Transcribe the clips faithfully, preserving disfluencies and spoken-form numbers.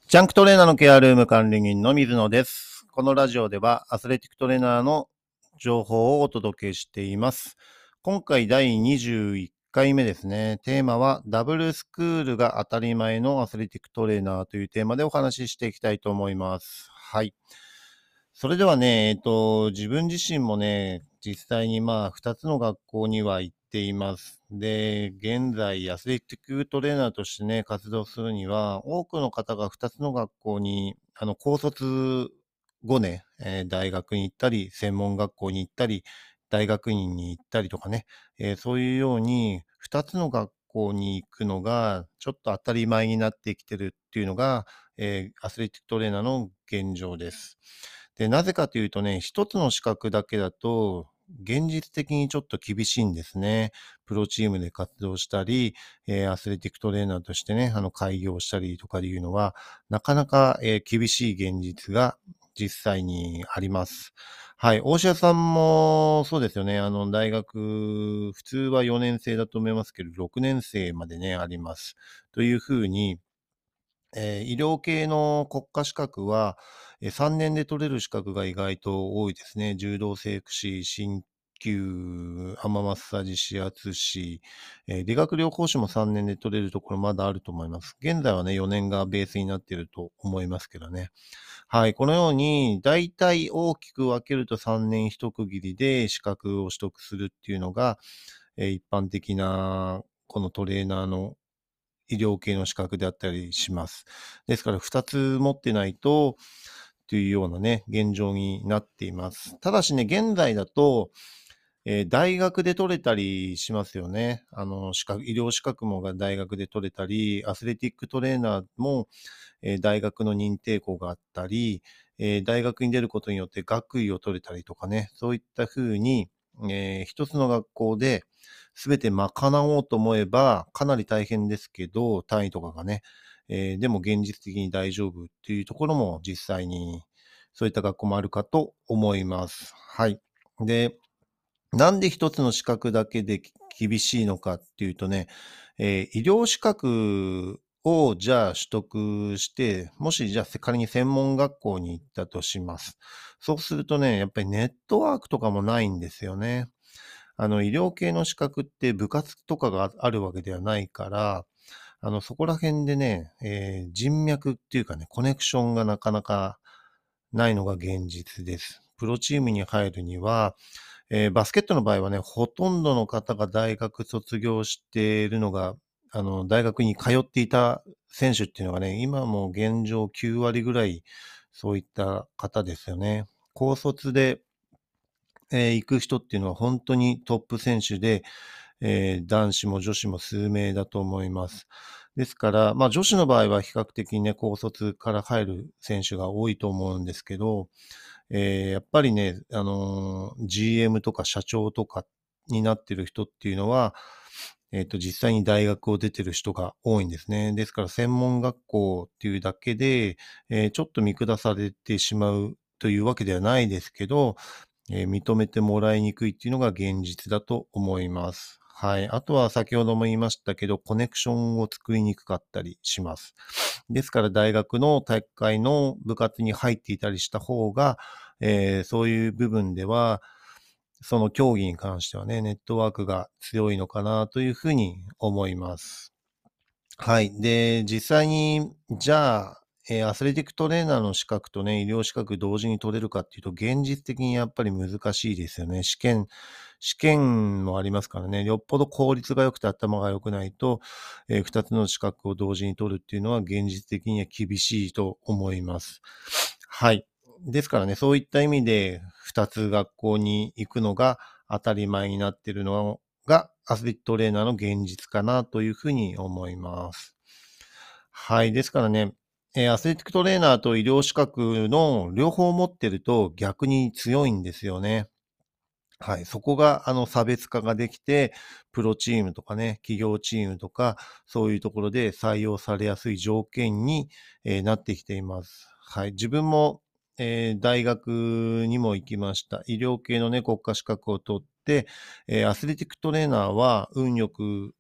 ジャンクトレーナーのケアルーム管理人の水野です。このラジオではアスレティックトレーナーの情報をお届けしています。今回だいにじゅういっかいめですね。テーマはダブルスクールが当たり前のアスレティックトレーナーというテーマでお話ししていきたいと思います。はい。それではね、えっと、自分自身もね、実際にまあ、ふたつの学校には行っています。で、現在、アスレティックトレーナーとしてね、活動するには、多くの方がふたつの学校に、あの、高卒後ね、えー大学に行ったり、専門学校に行ったり、大学院に行ったりとかね、えーそういうように、ふたつの学校に行くのが、ちょっと当たり前になってきてるっていうのが、えーアスレティックトレーナーの現状です。で、なぜかというとね、一つの資格だけだと、現実的にちょっと厳しいんですね。プロチームで活動したり、えーアスレティックトレーナーとしてね、あの、開業したりとかいうのは、なかなか、えー厳しい現実が実際にあります。はい。大志さんもそうですよね。あの、大学、普通はよねん生だと思いますけど、ろくねん生までね、あります。というふうに、えー医療系の国家資格は、えーさんねんで取れる資格が意外と多いですね。柔道整復師、鍼灸、アママッサージ指圧師、えー理学療法士もさんねんで取れるところまだあると思います。現在はね、よねんがベースになっていると思いますけどね。はい。このように、大体大きく分けるとさんねん一区切りで資格を取得するっていうのが、えー一般的な、このトレーナーの医療系の資格であったりします。ですからふたつ持ってないと、というようなね、現状になっています。ただしね、現在だと、えー大学で取れたりしますよね。あの、資格、医療資格もが大学で取れたり、アスレティックトレーナーも、えー大学の認定校があったり、えー大学に出ることによって学位を取れたりとかね、そういったふうに、えー一つの学校で全て賄おうと思えば、かなり大変ですけど、単位とかがね、えーでも現実的に大丈夫っていうところも実際に、そういった学校もあるかと思います。はい。で、なんで一つの資格だけで厳しいのかっていうとね、えー医療資格をじゃあ取得して、もしじゃあ仮に専門学校に行ったとします。そうするとね、やっぱりネットワークとかもないんですよね。あの、医療系の資格って部活とかがあるわけではないから、あの、そこら辺でね、えー人脈っていうかね、コネクションがなかなかないのが現実です。プロチームに入るには、えーバスケットの場合はね、ほとんどの方が大学卒業しているのが、あの、大学に通っていた選手っていうのがね、今も現状きゅう割ぐらい、そういった方ですよね。高卒で、えー行く人っていうのは本当にトップ選手で、えー男子も女子も数名だと思います。ですから、まあ女子の場合は比較的ね、高卒から入る選手が多いと思うんですけど、えーやっぱりね、あのー ジーエム とか社長とかになってる人っていうのは、えっと、実際に大学を出てる人が多いんですね。ですから専門学校っていうだけで、えーちょっと見下されてしまうというわけではないですけど、えー認めてもらいにくいっていうのが現実だと思います。はい。あとは先ほども言いましたけど、コネクションを作りにくかったりします。ですから大学の体育会の部活に入っていたりした方が、えーそういう部分では、その競技に関してはね、ネットワークが強いのかなというふうに思います。はい。で、実際に、じゃあ、えーアスレティックトレーナーの資格とね、医療資格同時に取れるかっていうと、現実的にやっぱり難しいですよね。試験、試験もありますからね、よっぽど効率が良くて頭が良くないと、えー二つの資格を同時に取るっていうのは現実的には厳しいと思います。はい。ですからね、そういった意味で、二つ学校に行くのが当たり前になっているのが、アスリートトレーナーの現実かなというふうに思います。はい。ですからね、えーアスレティックトレーナーと医療資格の両方持ってると逆に強いんですよね。はい。そこが、あの、差別化ができて、プロチームとかね、企業チームとか、そういうところで採用されやすい条件に、えーなってきています。はい。自分も、えー大学にも行きました。医療系のね、国家資格を取って、えーアスレティックトレーナーは運よく、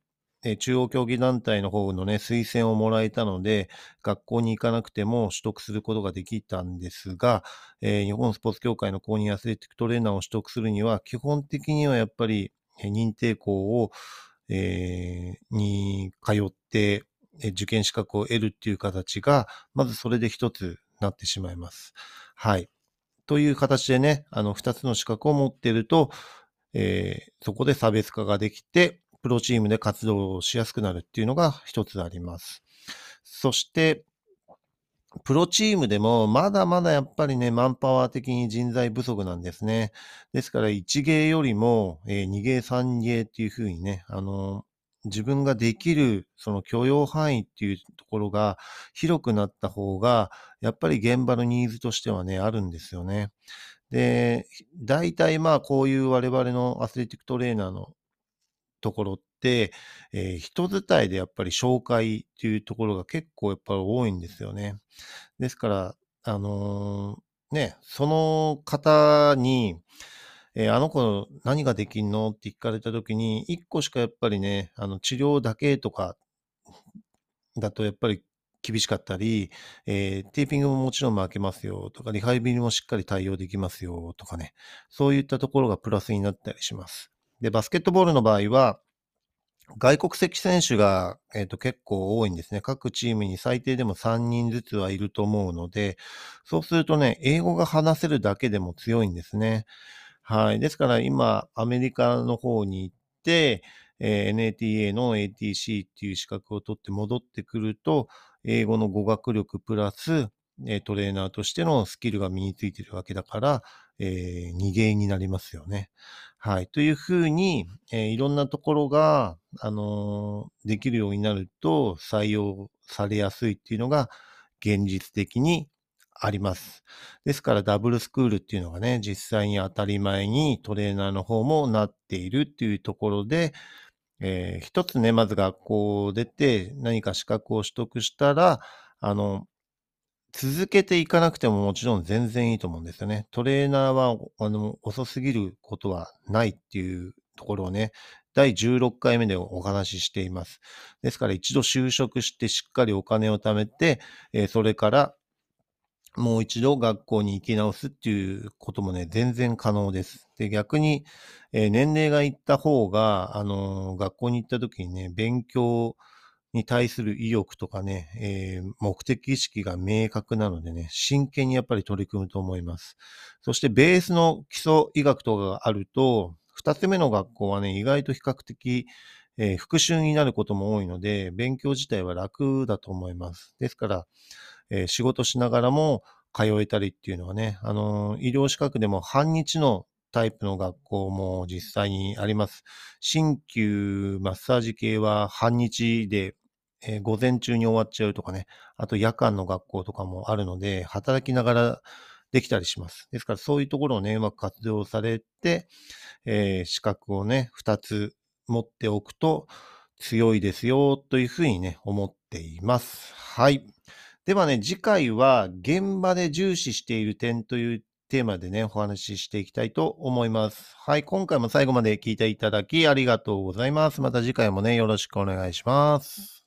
え中央競技団体の方のね、推薦をもらえたので、学校に行かなくても取得することができたんですが、えー日本スポーツ協会の公認アスレティックトレーナーを取得するには、基本的にはやっぱりえー認定校を、えーに通って、えー受験資格を得るっていう形が、まずそれで一つなってしまいます。はい。という形でね、あの、二つの資格を持っていると、えーそこで差別化ができて、プロチームで活動しやすくなるっていうのが一つあります。そして、プロチームでもまだまだやっぱりね、マンパワー的に人材不足なんですね。ですからいちゲーよりも、えーにゲーさんゲーっていう風にね、あの、自分ができるその許容範囲っていうところが広くなった方が、やっぱり現場のニーズとしてはね、あるんですよね。で、大体まあこういう我々のアスレティックトレーナーのところって、えー人伝いでやっぱり紹介っていうところが結構やっぱり多いんですよね。ですから、あのーね、その方に、えーあの子何ができんのって聞かれた時に、一個しかやっぱりね、あの治療だけとかだとやっぱり厳しかったり、えーテーピングももちろん負けますよとか、リハビリもしっかり対応できますよとかね、そういったところがプラスになったりします。で、バスケットボールの場合は、外国籍選手が、えっと、結構多いんですね。各チームに最低でもさんにんずつはいると思うので、そうするとね、英語が話せるだけでも強いんですね。はい。ですから今、アメリカの方に行って、えー エヌエーティーエー の エーティーシー っていう資格を取って戻ってくると、英語の語学力プラス、えートレーナーとしてのスキルが身についているわけだから、えー、二芸になりますよね。はい。というふうに、えーいろんなところが、あのーできるようになると採用されやすいっていうのが現実的にあります。ですからダブルスクールっていうのがね、実際に当たり前にトレーナーの方もなっているっていうところで、えー一つね、まず学校を出て何か資格を取得したら、あの、続けていかなくてももちろん全然いいと思うんですよね。トレーナーは、あの、遅すぎることはないっていうところをね、だいじゅうろっかいめでお話ししています。ですから一度就職してしっかりお金を貯めて、えーそれからもう一度学校に行き直すっていうこともね、全然可能です。で、逆に、えー年齢がいった方が、あのー学校に行った時にね、勉強に対する意欲とかね、えー目的意識が明確なのでね、真剣にやっぱり取り組むと思います。そしてベースの基礎医学とかがあると、二つ目の学校はね、意外と比較的、えー復習になることも多いので、勉強自体は楽だと思います。ですから、えー仕事しながらも通えたりっていうのはね、あのー医療資格でも半日のタイプの学校も実際にあります。鍼灸、マッサージ系は半日で、えー午前中に終わっちゃうとかね、あと夜間の学校とかもあるので、働きながらできたりします。ですからそういうところをね、うまく活用されて、えー資格をね、二つ持っておくと強いですよというふうにね、思っています。はい。ではね、次回は現場で重視している点というテーマでね、お話ししていきたいと思います。はい、今回も最後まで聞いていただきありがとうございます。また次回もね、よろしくお願いします。